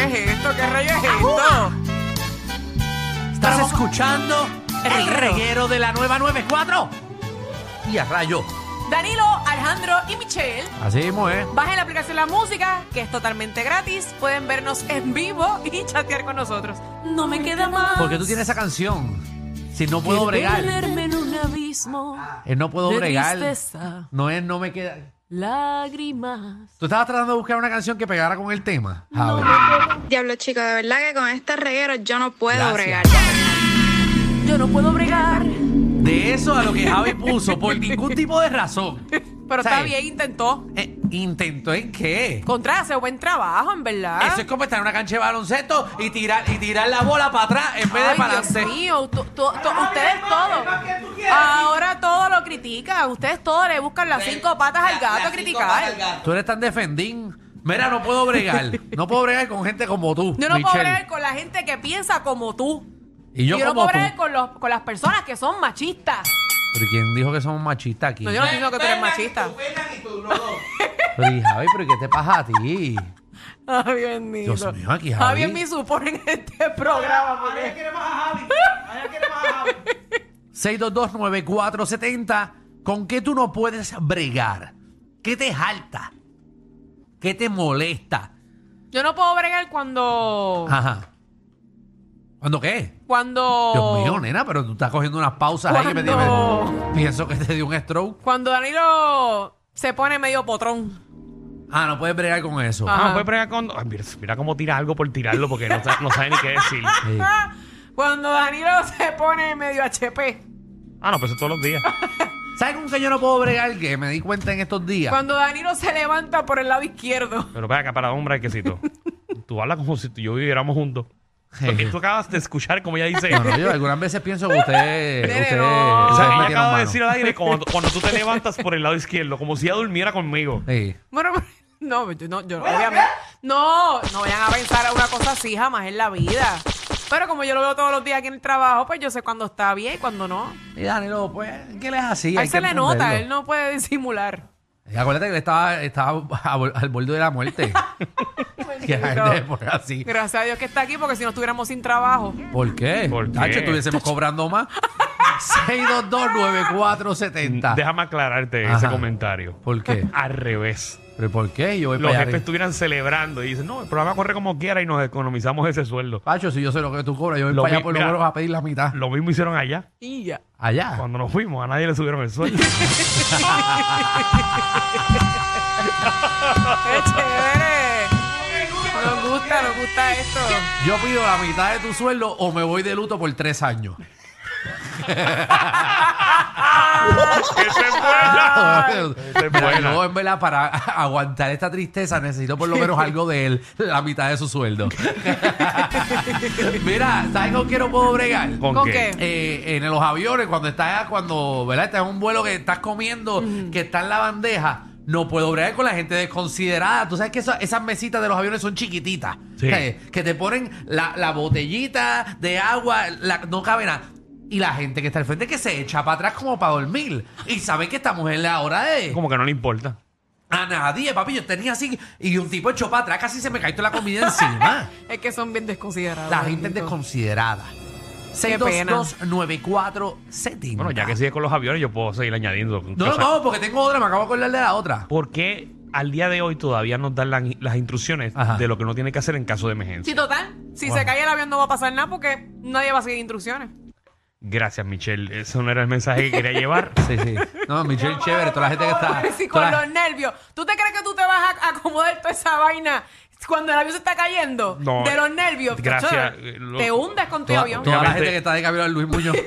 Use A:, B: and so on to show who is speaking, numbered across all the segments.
A: es esto? ¿Qué rayo es esto?
B: Estás escuchando el reguero de la nueva 94. Y a rayo.
A: Danilo, Alejandro y Michelle.
B: Así mismo es.
A: Bajen la aplicación La Música, que es totalmente gratis. Pueden vernos en vivo y chatear con nosotros. No me queda más.
B: ¿Por qué tú tienes esa canción? Si no puedo
A: que
B: bregar.
A: perderme en un abismo
B: No puedo
A: de
B: bregar.
A: tristeza,
B: No es, no me queda.
A: lágrimas.
B: ¿Tú estabas tratando de buscar una canción que pegara con el tema? Javi.
C: Diablo, chico, de verdad que con este reguero yo no puedo
B: Gracias.
C: bregar.
A: Yo no puedo bregar.
B: De eso a lo que Javi puso, por ningún tipo de razón.
A: Pero está
B: ¿Sabes?
A: bien, intentó.
B: ¿Intentó en qué?
A: Contra, hace buen trabajo, en verdad.
B: Eso es como estar en una cancha de baloncesto y tirar la bola para atrás en vez de
A: Ay,
B: para
A: Dios
B: adelante.
A: mío, ustedes todo. Ahora todo lo critican. Ustedes todo le buscan las 5 patas al gato a criticar.
B: Tú eres tan defendín. Mira, no puedo bregar. No puedo bregar con gente como tú,
A: Yo no puedo
B: Michelle.
A: bregar con la gente que piensa como tú.
B: Y yo
A: no
B: como
A: puedo
B: tú.
A: bregar con las personas que son machistas.
B: ¿Pero quién dijo que somos machistas aquí?
A: No, yo no estoy diciendo que tú eres machista.
B: Pero y Javi, ¿pero qué te pasa a ti?
A: Ay, bendito.
B: Dios mío, aquí Javi.
A: Javi es mi supor en este programa. Porque...
B: 6229470. ¿Con qué tú no puedes bregar? ¿Qué te jalta? ¿Qué te molesta?
A: Yo no puedo bregar cuando...
B: Ajá. ¿Cuándo qué?
A: Cuando...
B: Dios mío, nena, pero tú estás cogiendo unas pausas ahí que me pienso que te dio un stroke.
A: Cuando Danilo se pone medio potrón.
B: Ah, no puedes bregar con eso.
A: Ajá.
D: No puedes bregar con... Ay, mira cómo tira algo por tirarlo porque no sabe ni qué decir.
B: Sí.
A: Cuando Danilo se pone medio HP.
D: Ah, no, pues eso todos los días.
B: ¿Sabes con qué yo no puedo bregar? Que me di cuenta en estos días.
A: Cuando Danilo se levanta por el lado izquierdo.
D: Pero ven acá, para un brequecito. Tú hablas como si tú y yo viviéramos juntos. Porque tú acabas de escuchar como ella dice.
B: No, yo algunas veces pienso que usted...
A: Nene,
B: usted
A: no.
D: O sea, ella
B: metieron
D: acaba de
B: mano.
D: decir al aire cuando tú te levantas por el lado izquierdo, como si ella durmiera conmigo.
B: Sí.
A: Bueno, no, yo obviamente. No vayan a pensar una cosa así jamás en la vida. Pero como yo lo veo todos los días aquí en el trabajo, pues yo sé cuándo está bien y cuándo no.
B: Y Danilo, pues, ¿qué le es así?
A: A
B: Hay
A: él se
B: que
A: le nota,
B: entenderlo.
A: él no puede disimular.
B: Y acuérdate que él estaba al borde de la muerte. Que la gente se pone así.
A: Gracias a Dios que está aquí, porque si no estuviéramos sin trabajo.
B: ¿Por qué?
D: ¿Por qué?
B: Tacho, estuviésemos cobrando más. 6229470.
D: Déjame aclararte
B: Ajá.
D: ese comentario.
B: ¿Por qué?
D: Al revés.
B: ¿Pero por qué? Yo voy
D: Los
B: para
D: jefes
B: allá.
D: estuvieran celebrando y dicen, no, el programa corre como quiera y nos economizamos ese sueldo.
B: Pacho, si yo sé lo que tú cobras, yo voy
D: Lo
B: para allá
D: mi-
B: por lo
D: mira.
B: menos a pedir la mitad.
D: Lo mismo hicieron allá.
A: Y ya.
B: Allá.
D: Cuando nos fuimos, a nadie le subieron el sueldo.
A: ¡Qué chévere! Nos gusta esto.
B: Yo pido la mitad de tu sueldo o me voy de luto por 3 años.
D: ¡Esa es buena! Esa es
B: Mira,
D: buena.
B: yo en verdad para aguantar esta tristeza necesito por lo menos algo de él, la mitad de su sueldo. Mira, ¿sabes con qué no puedo bregar?
D: ¿Con
A: ¿Con
D: qué?
A: qué?
B: En los aviones, ¿verdad? Estás en un vuelo que estás comiendo, que está en la bandeja, no puedo bregar con la gente desconsiderada. Tú sabes que esas mesitas de los aviones son chiquititas.
D: Sí.
B: Que te ponen la botellita de agua, no cabe nada. Y la gente que está al frente que se echa para atrás como para dormir. Y saben que estamos en la hora de...
D: Como que no le importa.
B: A nadie, papi. Yo tenía así... Y un tipo echó para atrás, casi se me cayó toda la comida encima.
A: Es que son bien desconsiderados.
B: La gente es
A: bendito.
B: desconsiderada.
A: Qué pena.
B: 6229470.
D: Bueno, ya que sigue con los aviones, yo puedo seguir añadiendo.
B: No, porque tengo otra. Me acabo de acordar de la otra.
D: ¿Por qué al día de hoy todavía nos dan las instrucciones
B: Ajá.
D: de lo que uno tiene que hacer en caso de emergencia?
A: Sí, total. Si
B: Wow.
A: se cae el avión no va a pasar nada porque nadie va a seguir instrucciones.
D: Gracias, Michelle. Eso no era el mensaje que quería llevar.
B: Sí, sí. No, Michelle, chévere. Toda la gente que está...
A: Sí,
B: toda
A: con
B: la-
A: los nervios. ¿Tú te crees que tú te vas a acomodar toda esa vaina cuando el avión se está cayendo?
D: No.
A: De los nervios.
D: Gracias.
A: Chacho, te hundes con tu
B: Toda,
A: avión.
B: toda la
D: Obviamente.
B: gente que está de camino al Luis Muñoz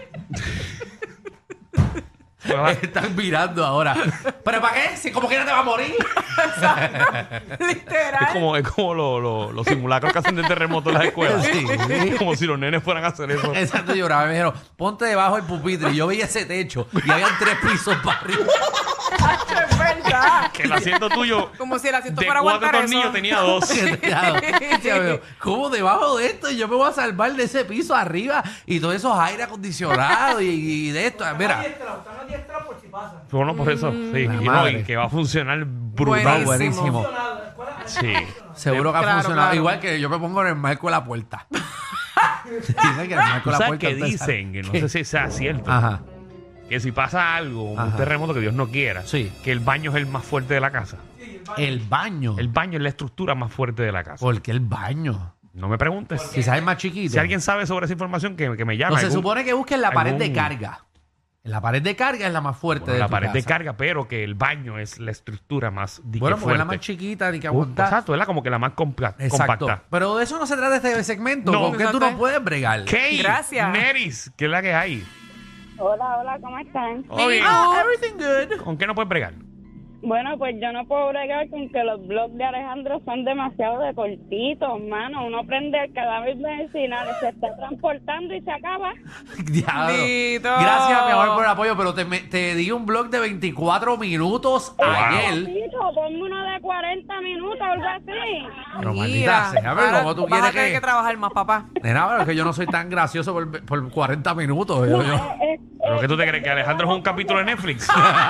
B: están mirando ahora. ¿Pero para qué? Si como quiera te va a morir.
A: Literal.
D: Es como los simulacros que hacen de terremoto en las escuelas.
B: Sí.
D: Como si los nenes fueran a hacer eso.
B: Exacto, lloraba. Me dijeron, ponte debajo del pupitre. Y yo veía ese techo y habían 3 pisos para arriba.
A: Chacho, es verdad.
D: Que el asiento tuyo
A: Como si el asiento
D: de
A: para
D: 4
A: aguantar
D: tornillos
A: eso.
D: tenía 2.
B: Ya veo, ¿cómo debajo de esto yo me voy a salvar de ese piso arriba y todos esos aire acondicionados y de esto? Mira,
D: Bueno, por eso, sí.
B: La
D: Y, no,
B: madre.
D: y que va a funcionar brutal.
A: Buenísimo.
B: buenísimo.
D: Sí.
B: Seguro que ha
A: Claro,
B: funcionado.
A: claro.
B: Igual que yo me pongo en el marco de la puerta. Dicen que en el marco
D: ¿Tú
B: de la
D: sabes
B: puerta.
D: qué
B: usted sabe.
D: dicen? Que no
B: ¿Qué?
D: sé si sea cierto.
B: Ajá.
D: Que si pasa algo, un
B: Ajá.
D: terremoto que Dios no quiera,
B: Sí.
D: que el baño es el más fuerte de la casa.
B: El baño.
D: El baño es la estructura más fuerte de la casa.
B: ¿Por qué el baño?
D: No me preguntes.
B: Quizás es más chiquito.
D: Si alguien sabe sobre esa información, que me llame.
B: No, se
D: Algún-
B: supone que busquen la pared de
D: algún-
B: carga. La pared de carga es la más fuerte
D: Bueno,
B: de
D: la
B: tu
D: pared de
B: casa.
D: carga, pero que el baño es la estructura más
B: Bueno, porque es la
D: fuerte.
B: más chiquita ni que aguantar.
D: Exacto, es la como que la más
B: Exacto.
D: compacta.
B: Pero de eso no se trata este segmento.
D: No.
B: ¿Con qué tú no puedes bregar?
D: Kay,
A: Gracias.
D: Neris, ¿qué es la que hay?
E: Hola, ¿cómo están?
D: Oye,
B: Everything good.
D: ¿con qué no puedes bregar?
E: Bueno, pues yo no puedo bregar con que los blogs de Alejandro son demasiado de cortitos, mano. Uno prende el cadáver medicinal, se está transportando y se acaba.
B: Diablo.
A: Dito.
B: Gracias, mi amor, por el apoyo, pero te di un blog de 24 minutos ayer.
E: Tito, ponme uno de 40 minutos, algo así.
B: Pero
A: Mira,
B: maldita sea, pero
A: ahora
B: ¿cómo tú
A: vas a
B: quieres
A: tener
B: que-
A: que trabajar más, papá.
B: Nena, pero es que yo no soy tan gracioso por 40 minutos.
D: ¿Pero qué tú te crees? ¿Que Alejandro es un capítulo de Netflix?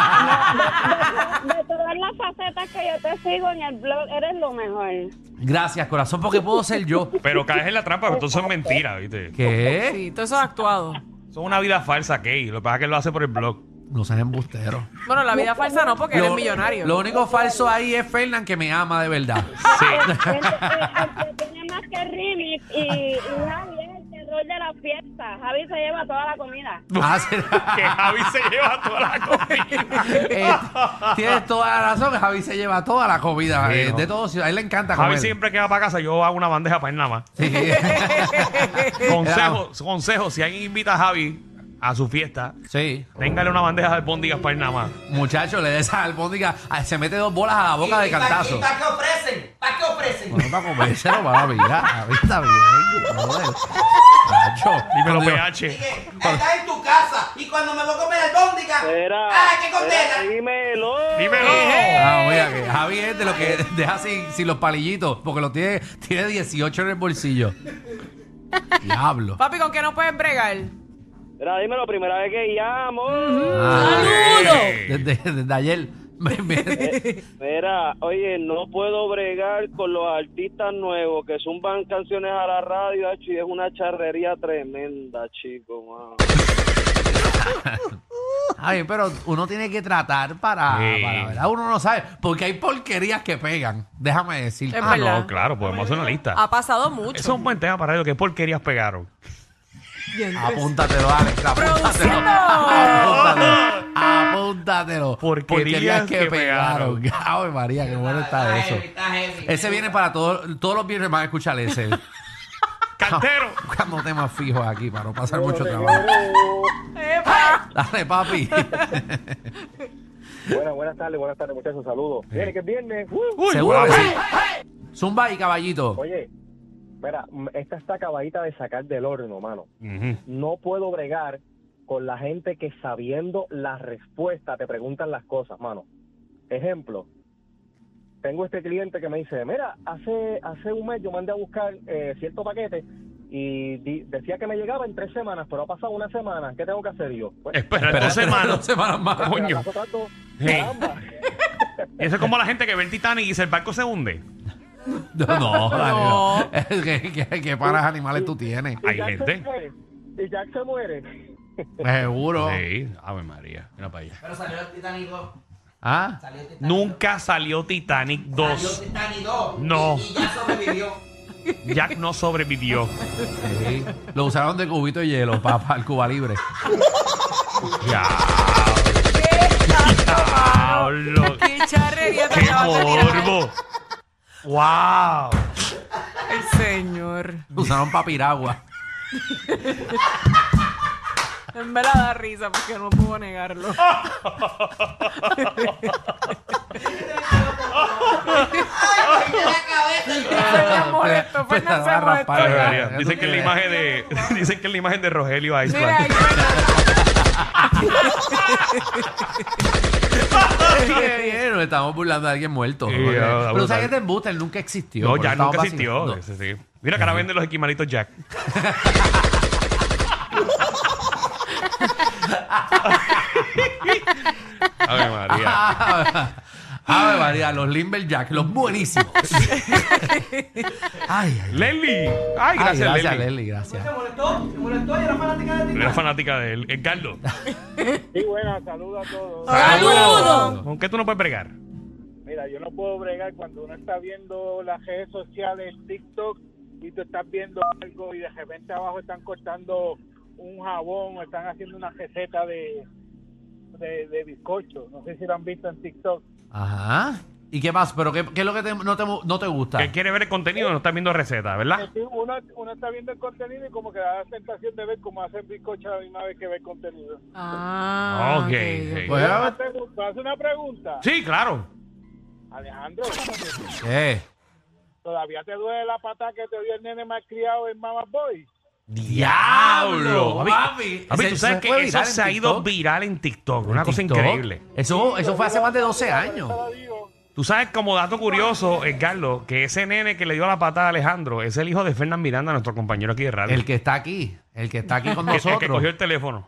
E: De todas las facetas que yo te sigo en el blog, eres lo mejor.
B: Gracias, corazón, porque puedo ser yo.
D: Pero caes en la trampa, que todo eso es mentira, ¿viste?
B: ¿Qué?
A: Sí, todo eso es actuado.
D: Eso es una vida falsa, Kay. Lo que pasa es que él lo hace por el blog.
B: No seas embustero.
A: Bueno, la vida falsa no, porque él es millonario.
B: Lo único falso ahí es Fernan, que me ama de verdad.
D: Sí.
E: El que tiene más que remix y Javi es el terror de la fiesta. Javi se lleva toda la comida.
B: Ah, ¿será?
D: Que Javi se lleva toda la comida.
B: Tienes toda la razón, Javi se lleva toda la comida.
D: Sí, no.
B: De todos, a él le encanta
D: Javi
B: comer.
D: siempre que va para casa, yo hago una bandeja para él nada más.
B: Sí.
D: Consejo, si alguien invita a Javi a su fiesta,
B: Sí.
D: téngale una bandeja de albóndigas para él nada más.
B: Muchacho, le de esa albóndiga, se mete 2 bolas a la boca de cantazo.
F: ¿Para qué ofrecen? ¿Para qué ofrecen?
B: Bueno, para comérselo, para la vida. Javi está bien. Joder. Muchacho.
D: Dímelo,
B: Cuando yo-
D: PH.
F: Estás en tu casa y cuando me voy a comer albóndiga. ¡Ay, qué contenta!
D: Dímelo.
B: Ah, mira, que Javi es de lo que deja sin los palillitos, porque lo tiene 18 en el bolsillo. Diablo.
A: Papi, ¿con qué no puedes bregar?
G: Mira, dime la primera vez que llamo.
B: Desde ayer.
G: Mira, oye, no puedo bregar con los artistas nuevos que zumban canciones a la radio, y es una charrería tremenda, chico, mano.
B: Ay, pero uno tiene que tratar para, ¿verdad? Uno no sabe, porque hay porquerías que pegan. Déjame decirte.
A: Es
D: Ah,
A: verdad.
D: no, claro, podemos hacer una lista.
A: Ha pasado mucho.
D: Eso es un buen tema para ellos. ¿Qué porquerías pegaron?
B: Apúntatelo, Alex. Apúntatelo.
A: ¡Produciendo!
B: Apúntatelo. Apúntatelo.
D: Porquerías que
B: pegaron. Ave María, qué bueno está eso.
F: Está heavy.
B: Ese viene para todos los viernes, van a escuchar ese.
D: ¡Cantero!
B: Buscando temas fijos aquí para no pasar mucho trabajo.
A: ¡Epa!
B: Dale, papi.
G: Buenas tardes, muchachos, saludos. Viene que es viernes.
B: Seguro que sí. Zumba y caballito.
G: Oye, mira, esta está acabadita de sacar del horno, mano.
D: Ujú.
G: No puedo bregar con la gente que sabiendo la respuesta te preguntan las cosas, mano. Ejemplo, tengo este cliente que me dice, mira, hace un mes yo mandé a buscar cierto paquete y decía que me llegaba en 3 semanas, pero ha pasado una semana. ¿Qué tengo que hacer yo? Pues,
D: Espera 2 semanas.
B: 2 semanas más.
D: Coño.
G: las otras dos,
D: Sí.
G: caramba.
D: Y eso es como la gente que ve el Titanic y dice el barco se hunde.
B: No, Danilo. ¿Qué paras animales tú tienes?
G: Y
D: Hay
G: Jack
D: gente.
G: se muere. Y Jack se muere.
B: Seguro.
D: Sí, Ave María. Mira para allá.
F: Pero salió el Titanic 2.
B: ¿Ah?
F: Salió el Titanic
D: Nunca salió Titanic
F: 2. Salió
D: 2.
F: Titanic 2.
D: No.
F: Y ya sobrevivió.
D: Jack no sobrevivió.
B: Sí. Lo usaron de cubito de hielo para el Cuba Libre.
D: Ya. Diablo.
A: ¡Qué charrería te
D: ¡Qué
A: acabas de tirar!
D: morbo! ¡Wow!
A: El señor.
B: Lo usaron para piragua.
A: En verdad da risa porque no puedo negarlo.
F: ¡Ay, de la cabeza!
A: Fernan molesto,
B: Pues,
A: Fernan se
B: va a
A: molestó.
B: raspar,
A: ya.
B: ya.
D: Dicen que es la imagen de Rogelio
A: Mira,
D: Island.
A: ahí,
B: Nos estamos burlando de alguien muerto.
D: Sí,
B: Porque-
D: ya,
B: pero
D: brutal.
B: sabes que este embuste, él nunca existió.
D: No,
B: porque
D: Jack
B: estamos
D: nunca existió.
B: vacilando.
D: Ese sí. Mira que ahora venden los esquimalitos Jack. Ave María.
B: Ave María, los Limberjack, los buenísimos. Ay,
D: Leslie. Ay, gracias,
B: gracias,
D: Leslie.
B: Leslie, gracias.
F: ¿Se molestó y era fanática de ti?
D: Era fanática de él. Edgardo.
G: Sí, buenas, saludos a todos.
A: ¡Saludos!
D: ¿Con qué tú no puedes bregar?
G: Mira, yo no puedo bregar cuando uno está viendo las redes sociales, TikTok, y tú estás viendo algo y de repente abajo están cortando un jabón o están haciendo una receta de bizcocho. No sé si lo han visto en TikTok.
B: Ajá. ¿Y qué más? ¿Pero qué es lo que no te gusta?
D: Que quiere ver el contenido, no está viendo recetas, ¿verdad?
G: Uno está viendo el contenido y como que da la sensación de ver cómo hacen bizcocho a la misma vez que ve el contenido.
A: Ah,
D: Ok,
A: ok.
B: Pues,
G: ¿Puedo hacer una pregunta?
D: Sí, claro.
G: Alejandro,
B: ¿qué?
G: ¿todavía te duele la pata que te dio el nene más criado en Mama's Boy?
D: ¡Diablo!
B: Papi,
D: Papi, tú sabes que eso se ha ido
B: viral
D: viral en TikTok. Una
B: en
D: cosa
B: TikTok.
D: increíble.
B: Eso fue hace más de 12 años.
G: Te lo digo.
D: Tú sabes, como dato curioso, Edgardo, que ese nene que le dio la patada a Alejandro es el hijo de Fernán Miranda, nuestro compañero aquí de radio.
B: El que está aquí con
D: El que
B: nosotros.
D: cogió el teléfono.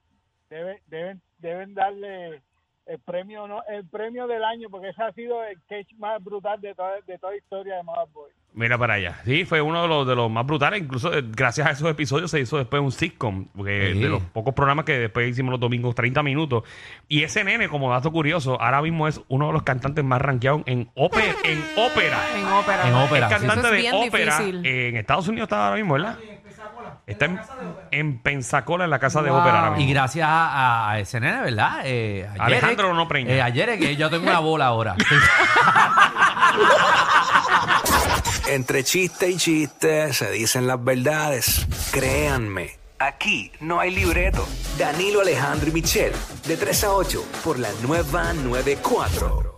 G: Deben darle el premio, ¿no? El premio del año, porque ese ha sido el sketch más brutal de toda la historia de Mama's Boy.
D: Mira para allá. Sí, fue uno de los más brutales. Incluso gracias a esos episodios se hizo después un sitcom. Porque
B: Sí.
D: de los pocos programas que después hicimos los domingos, 30 minutos. Y ese nene, como dato curioso, ahora mismo es uno de los cantantes más rankeados en ópera.
A: En ópera.
B: En ópera.
D: Es cantante
A: Eso es
D: de
A: bien
D: ópera.
A: difícil.
D: En Estados Unidos está ahora mismo, ¿verdad? Está en Pensacola, en la casa de ópera ahora
B: Y
D: mismo.
B: gracias a ese nene, ¿verdad? A
D: Alejandro
B: Yerek,
D: no preña.
B: a Yerek, que yo tengo una bola ahora.
H: Entre chiste y chiste se dicen las verdades. Créanme, aquí no hay libreto. Danilo Alejandro y Michel, de 3 a 8, por la nueva 94.